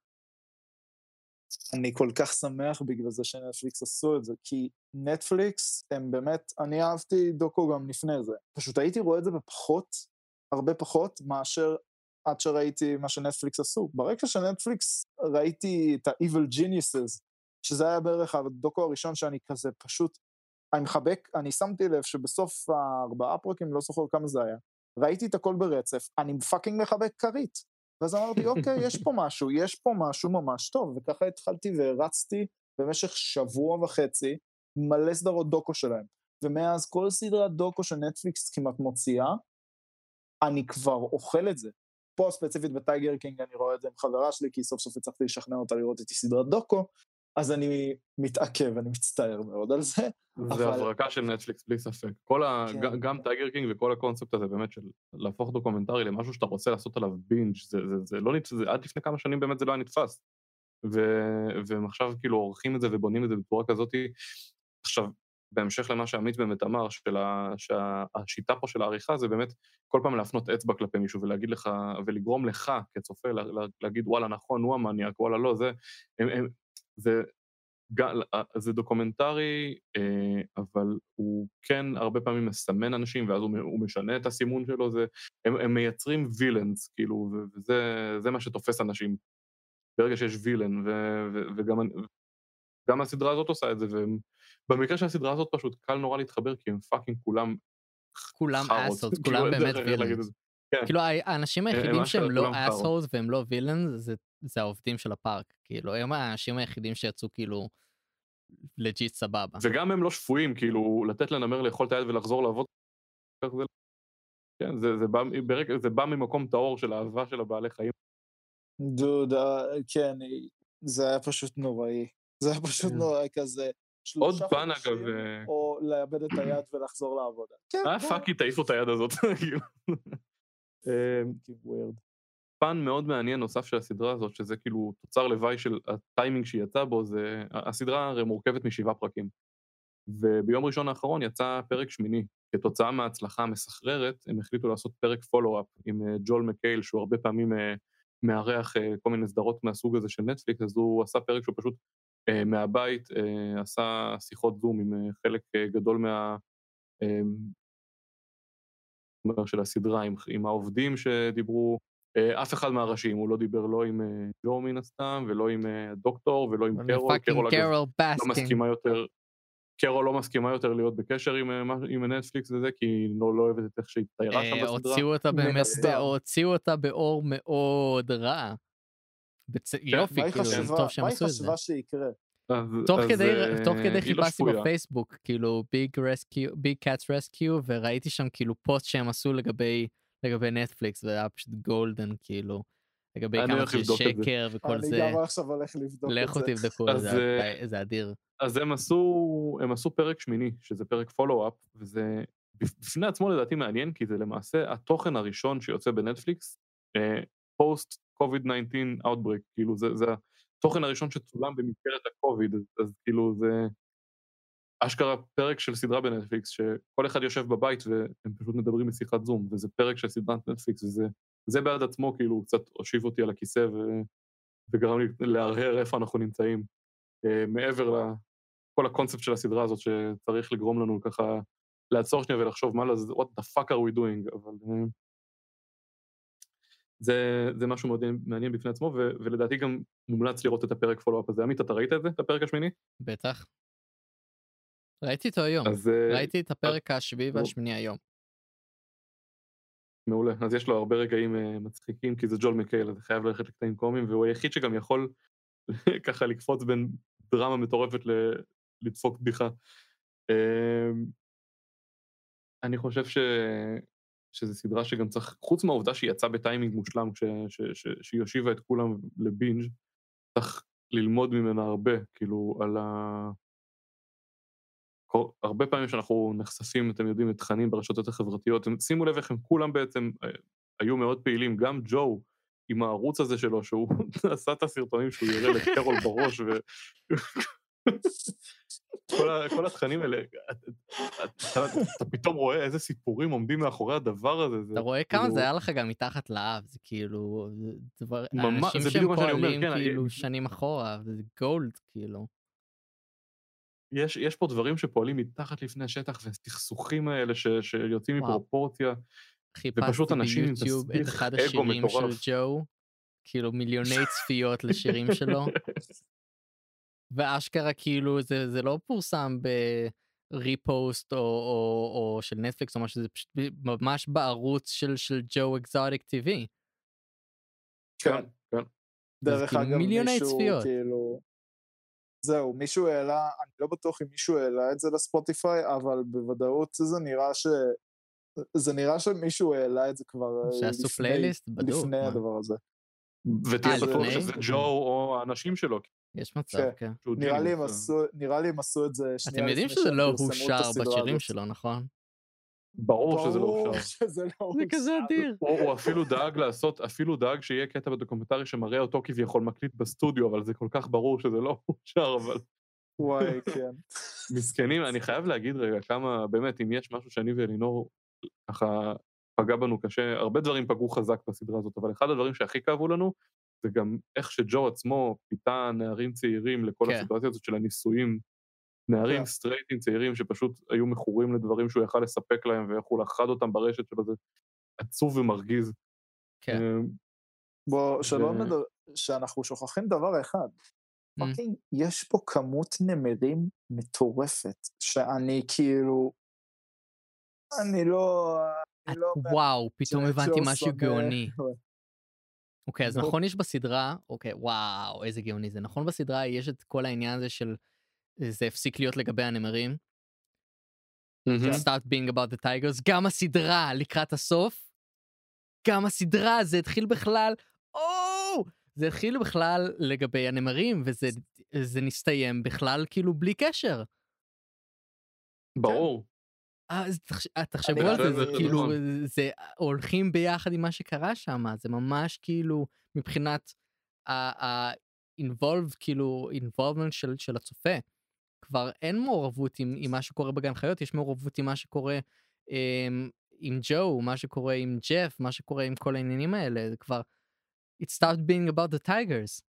אני כל כך שמח בגלל זה שנטפליקס עשו את זה, כי נטפליקס הם באמת, אני אהבתי דוקו גם לפני זה, פשוט הייתי רואה את זה הרבה פחות, מאשר עד שראיתי מה שנטפליקס עשו. ברגע שנטפליקס ראיתי את ה-Evil Geniuses, שזה היה בערך הדוקו הראשון שאני כזה פשוט, אני מחבק, אני שמתי לב שבסוף 4 פרקים, לא זוכר כמה זה היה, ראיתי את הכל ברצף, אני פאקינג מחבק קרית, ואז אמרתי, אוקיי, יש פה משהו ממש טוב, וככה התחלתי והרצתי במשך 1.5 שבוע, מלא סדרות דוקו שלהם, ומאז כל סדרת דוקו שנטפליקס כמעט מוציאה, אני כבר אוכל את זה. פה ספציפית בטייגר קינג אני רואה את זה עם חברה שלי, כי סוף סוף הצלחתי לשכנע אותה לראות את סדרת דוקו, אז אני מתעכב, אני מצטער מאוד על זה. זה הברקה של נטפליקס בלי ספק. גם טייגר קינג וכל הקונספט הזה באמת של להפוך דוקומנטרי למשהו שאתה רוצה לעשות עליו בינג' זה לא נתפס, עד לפני כמה שנים באמת זה לא היה נתפס. והם עכשיו כאילו עורכים את זה ובונים את זה בצורה כזאת. עכשיו, בהמשך למה שעמית באמת אמר, שהשיטה פה של העריכה זה באמת כל פעם להפנות אצבע כלפי מישהו ולהגיד לך, ולגרום לך כצופה להגיד וואלה נכון, הוא המניאק, וואלה לא, זה דוקומנטרי, אבל הוא כן הרבה פעמים מסמן אנשים, ואז הוא משנה את הסימון שלו, הם מייצרים וילאנס, כאילו, וזה מה שתופס אנשים, ברגע שיש וילן, וגם הסדרה הזאת עושה את זה, ובמקרה שהסדרה הזאת פשוט קל נורא להתחבר, כי הם פאקינג כולם אסות, כולם באמת וילאנס. כאילו האנשים היחידים שהם לא אסות והם לא וילאנס, זה העובדים של הפארק, כאילו, הם האנשים היחידים שיצאו כאילו לג'יט סבבה. וגם הם לא שפויים, כאילו, לתת לנמר לאכול את היד ולחזור לעבוד, כן, זה בא ממקום טהור של האהבה של הבעלי חיים. דוד, כן, זה היה פשוט נוראי. זה היה פשוט נוראי כזה. עוד 3 פן, אגב, חודשים, או לאבד את היד ולחזור לעבודה. כן, פאקי, תעיפו את היד הזאת. ווירד. פן מאוד מעניין נוסף של הסדרה הזאת, שזה כאילו תוצר לוואי של הטיימינג שהיא יצאה בו, זה, הסדרה הרי מורכבת מ7 פרקים. וביום ראשון האחרון יצא פרק 8, כתוצאה מההצלחה המסחררת, הם החליטו לעשות פרק פולו-אפ עם ג'ול מקייל, שהוא הרבה פעמים מארח כל מיני סדרות מהסוג הזה של נטפליקס, אז הוא עשה פרק שהוא פשוט מהבית, עשה שיחות זום עם חלק גדול של הסדרה, עם העובדים שדיברו, אף אחד מהראשים, הוא לא דיבר לא עם ג'ו מן הסתם, ולא עם דוקטור, ולא עם קרול, קרול אגב לא מסכימה יותר, קרול לא מסכימה יותר להיות בקשר עם נטפליקס וזה, כי היא לא אוהבת את איך שהיא תיירה שם בסדרה. הוציאו אותה באמת, הוציאו אותה באור מאוד רע. יופי, כאילו, טוב שהם עשו את זה. מה היא חשבה שיקרה? תוך כדי חיפשתי בפייסבוק, כאילו ביג קאטס רסקיו, וראיתי שם כאילו פוסט שהם עשו לגבי נטפליקס, וזה היה פשוט גולדן, כאילו, לגבי כמה של שקר וכל זה. אני גם עכשיו הולך לבדוק את זה. לכו תבדקו, זה אדיר. אז הם עשו פרק 8, שזה פרק פולו-אפ, וזה בפני עצמו לדעתי מעניין, כי זה למעשה התוכן הראשון שיוצא בנטפליקס, פוסט COVID-19 Outbreak, כאילו זה התוכן הראשון שצולם במסגרת הקוביד, אז כאילו זה אשכרה פרק של סדרה בנטפליקס, שכל אחד יושב בבית והם פשוט מדברים בשיחת זום, וזה פרק של סדרת נטפליקס, וזה בעד עצמו כאילו קצת הושיב אותי על הכיסא, וגרם לי להרהר איפה אנחנו נמצאים, מעבר לכל הקונספט של הסדרה הזאת, שצריך לגרום לנו ככה לעצור שנייה ולחשוב מה לזה, what the fuck are we doing, אבל זה משהו מאוד מעניין בפני עצמו, ולדעתי גם מומלץ לראות את הפרק פולו-אפ הזה. עמית, אתה ראית את זה, את הפרק השמיני? בטח. ראיתי אותו היום, ראיתי את הפרק השביעי והשמיני היום. מעולה, אז יש לו הרבה רגעים מצחיקים, כי זה ג'ול מקייל, אז חייב ללכת לקטעים קומיים, והוא היחיד שגם יכול ככה לקפוץ בין דרמה מטורפת לדפוק בדיחה. אני חושב שזו סדרה שגם צריך, חוץ מהעובדה שהיא יצאה בטיימינג מושלם, שהיא הושיבה את כולם לבינג', צריך ללמוד ממנה הרבה, כאילו, על הרבה פעמים שאנחנו נחשפים, אתם יודעים, לתכנים ברשתות החברתיות, שימו לב איך הם כולם בעצם היו מאוד פעילים, גם ג'ו, עם הערוץ הזה שלו, שהוא עשה את הסרטונים שהוא יראה לקרול בראש, כל התכנים האלה, אתה פתאום רואה איזה סיפורים עומדים מאחורי הדבר הזה. אתה רואה כמה זה היה לך גם מתחת לאף, זה כאילו, אנשים שהם פועלים כאילו שנים אחורה, זה גולד כאילו. יש פה דברים שפועלים מתחת לפני השטח, והסכסוכים האלה שיוצאים מפרופורציה, ופשוט אנשים עם ביוטיוב את אחד השירים של ג'ו, כאילו מיליוני צפיות לשירים שלו, ואשכרה כאילו זה לא פורסם בריפוסט או של נטפליקס או משהו, זה פשוט ממש בערוץ של ג'ו אקזוטיק טיווי. כן, כן. דרך אגב מישהו כאילו, זהו, מישהו העלה, אני לא בטוח אם מישהו העלה את זה לספוטיפיי, אבל בוודאות זה נראה שמישהו העלה את זה כבר לפני הדבר הזה. ותהיה בטוח שזה ג'ו או האנשים שלו. יש מצב, כן. נראה לי הם עשו את זה אתם יודעים שזה לא הושר בשירים שלו, נכון? ברור שזה לא הושר. זה כזה אדיר. הוא אפילו דאג שיהיה קטע בדוקומנטרי שמראה אותו כביכול מקליט בסטודיו, אבל זה כל כך ברור שזה לא הושר, אבל... וואי, כן. מסכנים, אני חייב להגיד רגע כמה, באמת, אם יש משהו שאני ואלינור ככה פגע בנו קשה, הרבה דברים פגעו חזק בסדרה הזאת, אבל אחד הדברים שהכי כאבו לנו, זה גם איך שג'ו עצמו פיתה נערים צעירים לכל הסיטואציה הזאת של הניסויים, נערים סטרייטים צעירים שפשוט היו מכורים לדברים שהוא יכל לספק להם, ואיך הוא לחד אותם ברשת שלו, זה עצוב ומרגיז. כן. בוא, שלא נדבר, שאנחנו שוכחים דבר אחד, פאקינג, יש פה כמות נמרים מטורפת, שאני כאילו, אני לא... וואו, פתאום הבנתי משהו גאוני. אוקיי, אז נכון יש בסדרה, אוקיי, וואו, איזה גאוני זה. נכון בסדרה יש את כל העניין הזה של, זה הפסיק להיות לגבי הנמרים. Start being about the tigers. גם הסדרה לקראת הסוף, גם הסדרה, זה התחיל בכלל, זה התחיל בכלל לגבי הנמרים, וזה נסתיים בכלל כאילו בלי קשר. ברור. אז תחשבו על זה, זה כאילו, זה הולכים ביחד עם מה שקרה שם, זה ממש כאילו, מבחינת כאילו, involvement של הצופה. כבר אין מעורבות עם מה שקורה בגן חיות, יש מעורבות עם מה שקורה עם ג'ו, מה שקורה עם ג'ף, מה שקורה עם כל העניינים האלה, זה כבר, it stopped being about the tigers.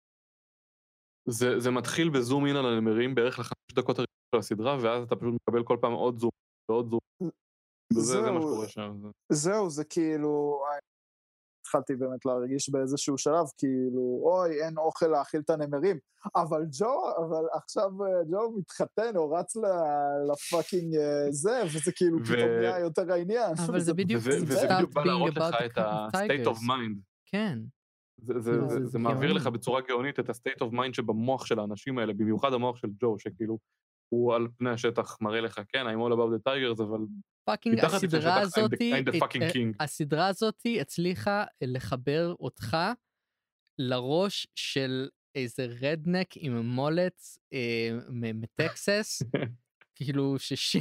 זה מתחיל בזום אין על הנמרים בערך ל5 דקות הראשונות של הסדרה, ואז אתה פשוט מקבל כל פעם עוד זום ועוד זום. זה מה שקורה שם. זהו, זה כאילו, התחלתי באמת להרגיש באיזשהו שלב, כאילו, אוי, אין אוכל להאכיל את הנמרים, אבל עכשיו ג'ו מתחתן, או רץ לפאקינג זה, וזה כאילו פתאום נהיה יותר העניין. אבל זה בדיוק, וזה בדיוק בא להראות לך את ה-state of mind. כן. זה מעביר לך בצורה גאונית את ה-state of mind שבמוח של האנשים האלה, במיוחד המוח של ג'ו, שכאילו, הוא על פני השטח מראה לך, כן, I'm all about the tigers, אבל מתחת לפני השטח, I'm the fucking king. הסדרה הזאת הצליחה לחבר אותך לראש של איזה רדנק עם מולט מטקסס, כאילו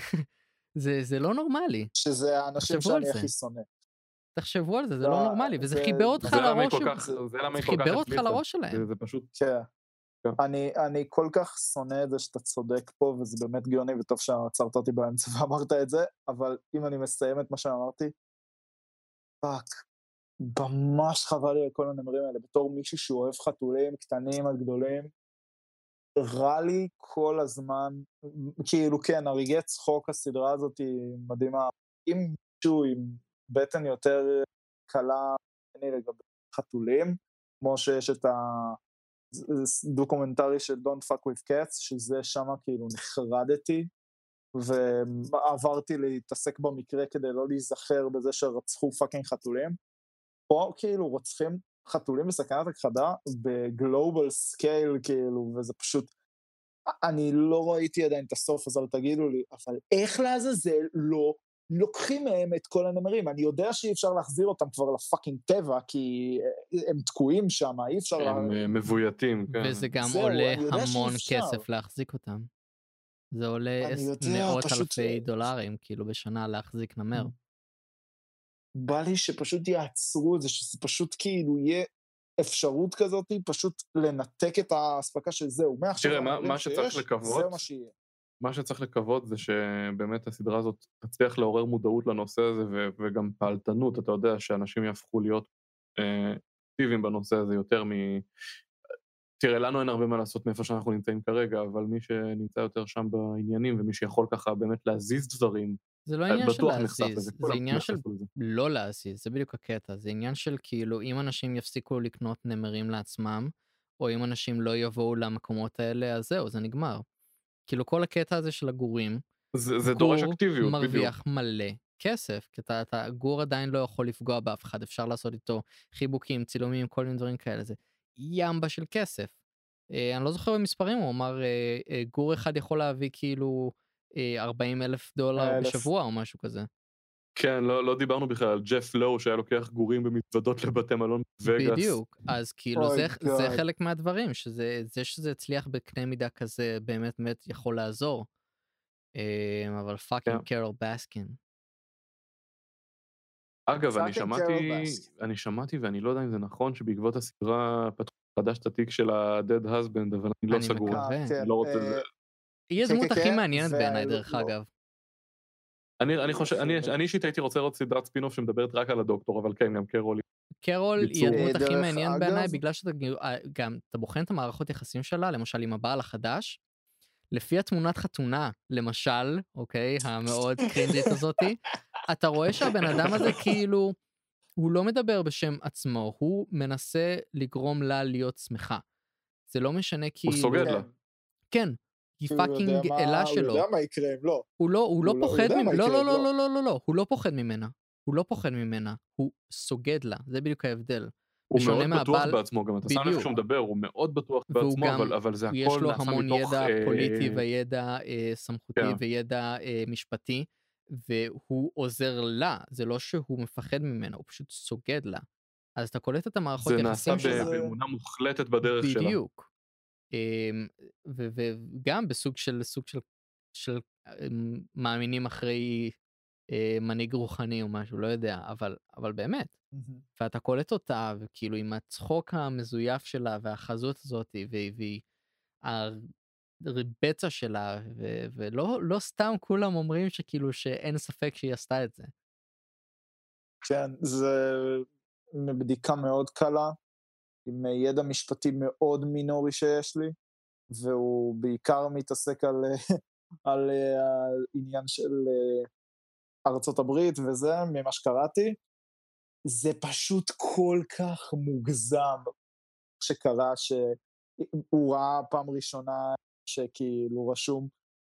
זה לא נורמלי. שזה האנשים שאני הכי שונא. תחשבו על זה, זה לא נורמלי, וזה חיבר אותך לראש, זה חיבר אותך לראש שלהם. זה פשוט... כן. אני כל כך שונא את זה שאתה צודק פה, וזה באמת גאוני, וטוב שעצרת אותי באמצע ואמרת את זה, אבל אם אני מסיים את מה שאמרתי, פאק, ממש חבל לי על כל הנמרים האלה, בתור מישהו שהוא אוהב חתולים, קטנים עד גדולים, רע לי כל הזמן, כאילו כן, הרגעי צחוק הסדרה הזאת היא מדהימה, אם מישהו עם בטן יותר קלה לגבי חתולים, כמו שיש את דוקומנטרי של Don't Fuck With Cats, שזה שמה כאילו נחרדתי, ועברתי להתעסק במקרה כדי לא להיזכר בזה שרצחו פאקינג חתולים. פה כאילו רוצחים חתולים בסכנת הכחדה בגלובל סקייל כאילו, וזה פשוט, אני לא ראיתי עדיין את הסוף, אז תגידו לי, אבל איך לעזאזל לא לוקחים מהם את כל הנמרים? אני יודע שאי אפשר להחזיר אותם כבר לפאקינג טבע, כי הם תקועים שם, אי אפשר... הם מבויתים, כן. וזה גם עולה המון כסף להחזיק אותם. זה עולה מאות אלפי דולרים, כאילו בשנה להחזיק נמר. בא לי שפשוט יעצרו את זה, שזה פשוט כאילו יהיה אפשרות כזאת, פשוט לנתק את ההספקה של זהו. תראה, מה שצריך לקוות, זה מה שיהיה. מה שצריך לקוות זה שבאמת הסדרה הזאת תצליח לעורר מודעות לנושא הזה, וגם פעלתנות, אתה יודע שאנשים יהפכו להיות אקטיביים בנושא הזה יותר תראה, לנו אין הרבה מה לעשות מאיפה שאנחנו נמצאים כרגע, אבל מי שנמצא יותר שם בעניינים, ומי שיכול ככה באמת להזיז דברים, זה לא עניין של להזיז, זה עניין של לא להזיז, זה בדיוק הקטע, זה עניין של כאילו, אם אנשים יפסיקו לקנות נמרים לעצמם, או אם אנשים לא יבואו למקומות האלה, אז זהו, זה נגמר. כאילו כל הקטע הזה של הגורים, זה דורש אקטיביות, גור מרוויח מלא כסף, כי גור עדיין לא יכול לפגוע באף אחד, אפשר לעשות איתו חיבוקים, צילומים, כל מיני דברים כאלה, זה ימבה של כסף. אני לא זוכר במספרים, הוא אמר, גור אחד יכול להביא כאילו $40,000 בשבוע או משהו כזה. כן, לא דיברנו בכלל על ג'ף לואו שהיה לוקח גורים במזוודות לבתי מלון וגאס. בדיוק, אז כאילו זה חלק מהדברים, שזה הצליח בקנה מידה כזה באמת יכול לעזור. אבל פאקינג קרול בסקין. אגב, אני שמעתי ואני לא יודע אם זה נכון, שבעקבות הסדרה פתחו חדש את התיק של ה-Dead Husband, אבל אני לא סגור. אני לא רוצה זה. היא הדמות הכי מעניינת בעיניי דרך אגב. אני אישית הייתי רוצה לראות סדרת ספינוף שמדברת רק על הדוקטור, אבל כן, גם קרול. קרול היא הדמות הכי מעניינת בעיניי, בגלל שאתה גם, אתה בוחן את המערכות יחסים שלה, למשל עם הבעל החדש, לפי התמונת חתונה, למשל, אוקיי, המאוד קרינג'ית הזאתי, אתה רואה שהבן אדם הזה כאילו, הוא לא מדבר בשם עצמו, הוא מנסה לגרום לה להיות שמחה. זה לא משנה כאילו... הוא סוגד לה. כן. היא פאקינג אלה שלו. הוא יודע מה יקרה, לא. הוא לא פוחד ממנה. לא, הוא לא פוחד ממנה. הוא לא פוחד ממנה. הוא סוגד לה. זה בדיוק ההבדל. הוא מאוד בטוח בעצמו, גם אתה שם לב שהוא מדבר, הוא מאוד בטוח בעצמו, אבל זה הכל נעשה מתוך... יש לו המון ידע פוליטי וידע סמכותי וידע משפטי, והוא עוזר לה. זה לא שהוא מפחד ממנה, הוא פשוט סוגד לה. אז אתה קולט את המערכות זה נעשה יחסים שלה. באמונה מוחלטת בדרך שלה. בדיוק. וגם בסוג של מאמינים אחרי מנהיג רוחני או משהו, לא יודע, אבל באמת. ואתה קולט אותה, וכאילו עם הצחוק המזויף שלה, והחזות הזאת, והרבצע שלה, ולא סתם כולם אומרים שכאילו שאין ספק שהיא עשתה את זה. כן, זה מבדיקה מאוד קלה, עם ידע משפטי מאוד מינורי שיש לי, והוא בעיקר מתעסק על העניין של ארצות הברית וזה, ממה שקראתי. זה פשוט כל כך מוגזם שקרה, שהוא ראה פעם ראשונה שכאילו רשום,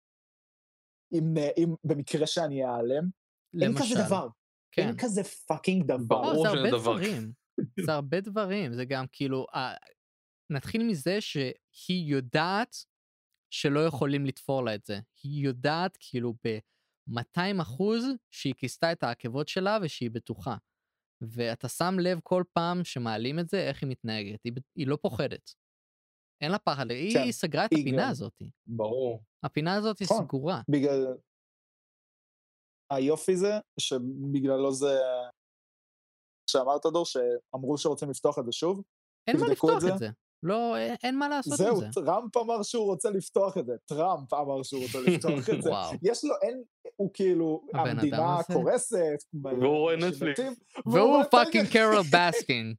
אם במקרה שאני אעלם, אין כזה דבר. כן. אין כזה פאקינג דבר. ברור זה שזה הרבה דבר. דברים. זה הרבה דברים. זה גם כאילו, נתחיל מזה שהיא יודעת שלא יכולים לתפור לה את זה. היא יודעת כאילו ב-200% שהיא כיסתה את העקבות שלה ושהיא בטוחה. ואתה שם לב כל פעם שמעלים את זה, איך היא מתנהגת. היא לא פוחדת. אין לה פחד. היא סגרה את הפינה הזאת. ברור. הפינה הזאת היא סגורה. בגלל היופי זה, שבגללו זה שאמרת דור, שאמרו שרוצים לפתוח את זה שוב. אין מה לפתוח את זה. לא, אין מה לעשות עם זה. זהו, טראמפ אמר שהוא רוצה לפתוח את זה. טראמפ אמר שהוא רוצה לפתוח את זה. יש לו, הוא כאילו, המדינה קורסת. והוא רואה נטפליקס. והוא פאקינג קרול בסקין.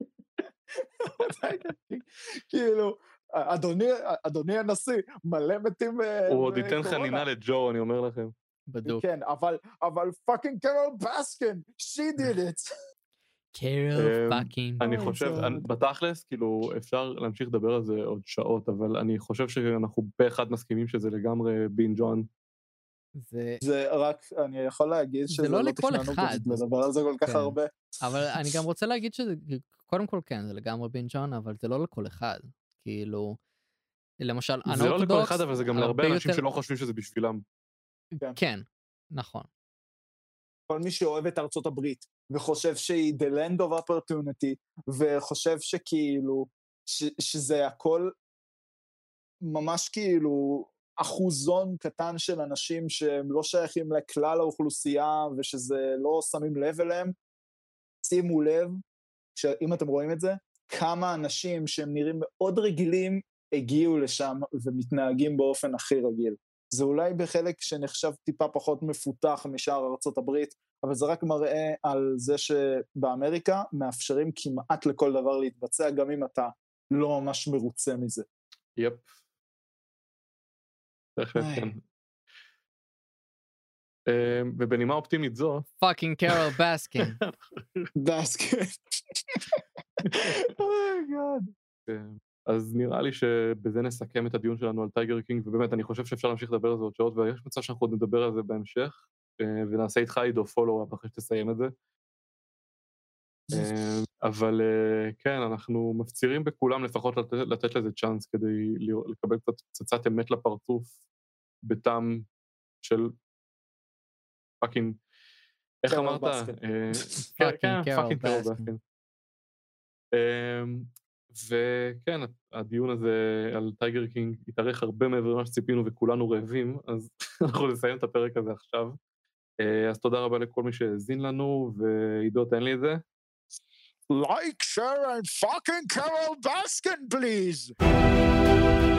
כאילו, אדוני הנשיא, מלא מתים. הוא עוד ייתן חנינה לג'ו, אני אומר לכם. בדיוק. כן, אבל פאקינג קרול בסקין, she did it. קרול פאקינג. אני חושב, בתכלס, כאילו, אפשר להמשיך לדבר על זה עוד שעות, אבל אני חושב שאנחנו באחד מסכימים שזה לגמרי בין ג'ון. זה רק, אני יכול להגיד שזה לא לא לכל תכננו אחד. לדבר על זה כל כך הרבה. אבל אני גם רוצה להגיד שזה, קודם כל כן, זה לגמרי בין ג'ון, אבל זה לא לכל אחד. כאילו, למשל, זה לא לכל אחד, אבל זה גם להרבה אנשים שלא חושבים שזה בשבילם. כן, נכון. כל מי שאוהב את ארצות הברית, וחושב שהיא the land of opportunity, וחושב שכאילו, שזה הכל ממש כאילו אחוזון קטן של אנשים שהם לא שייכים לכלל האוכלוסייה, ושזה לא שמים לב אליהם, שימו לב, שאם אתם רואים את זה, כמה אנשים שהם נראים מאוד רגילים, הגיעו לשם ומתנהגים באופן הכי רגיל. זה אולי בחלק שנחשב טיפה פחות מפותח משאר ארצות הברית, אבל זה רק מראה על זה שבאמריקה מאפשרים כמעט לכל דבר להתבצע, גם אם אתה לא ממש מרוצה מזה. יפ. בהחלט כן. ובנימה אופטימית זו... פאקינג קרול בסקין. בסקין. אוי גאד. אז נראה לי שבזה נסכם את הדיון שלנו על טייגר קינג, ובאמת אני חושב שאפשר להמשיך לדבר על זה עוד שעות, ויש מצב שאנחנו עוד נדבר על זה בהמשך, ונעשה איתך עידו פולו-אפ אחרי שתסיים את זה. אבל כן, אנחנו מפצירים בכולם לפחות לתת לזה צ'אנס, כדי לקבל קצת פצצת אמת לפרצוף, בטעם של פאקינג, איך אמרת? פאקינג פאקינג קרול בסקין. וכן, הדיון הזה על טייגר קינג התארך הרבה מעבר למה שציפינו וכולנו רעבים, אז אנחנו נסיים את הפרק הזה עכשיו. אז תודה רבה לכל מי שהזין לנו, ועידו תן לי את זה. Like, share, and fucking Carol Baskin, please!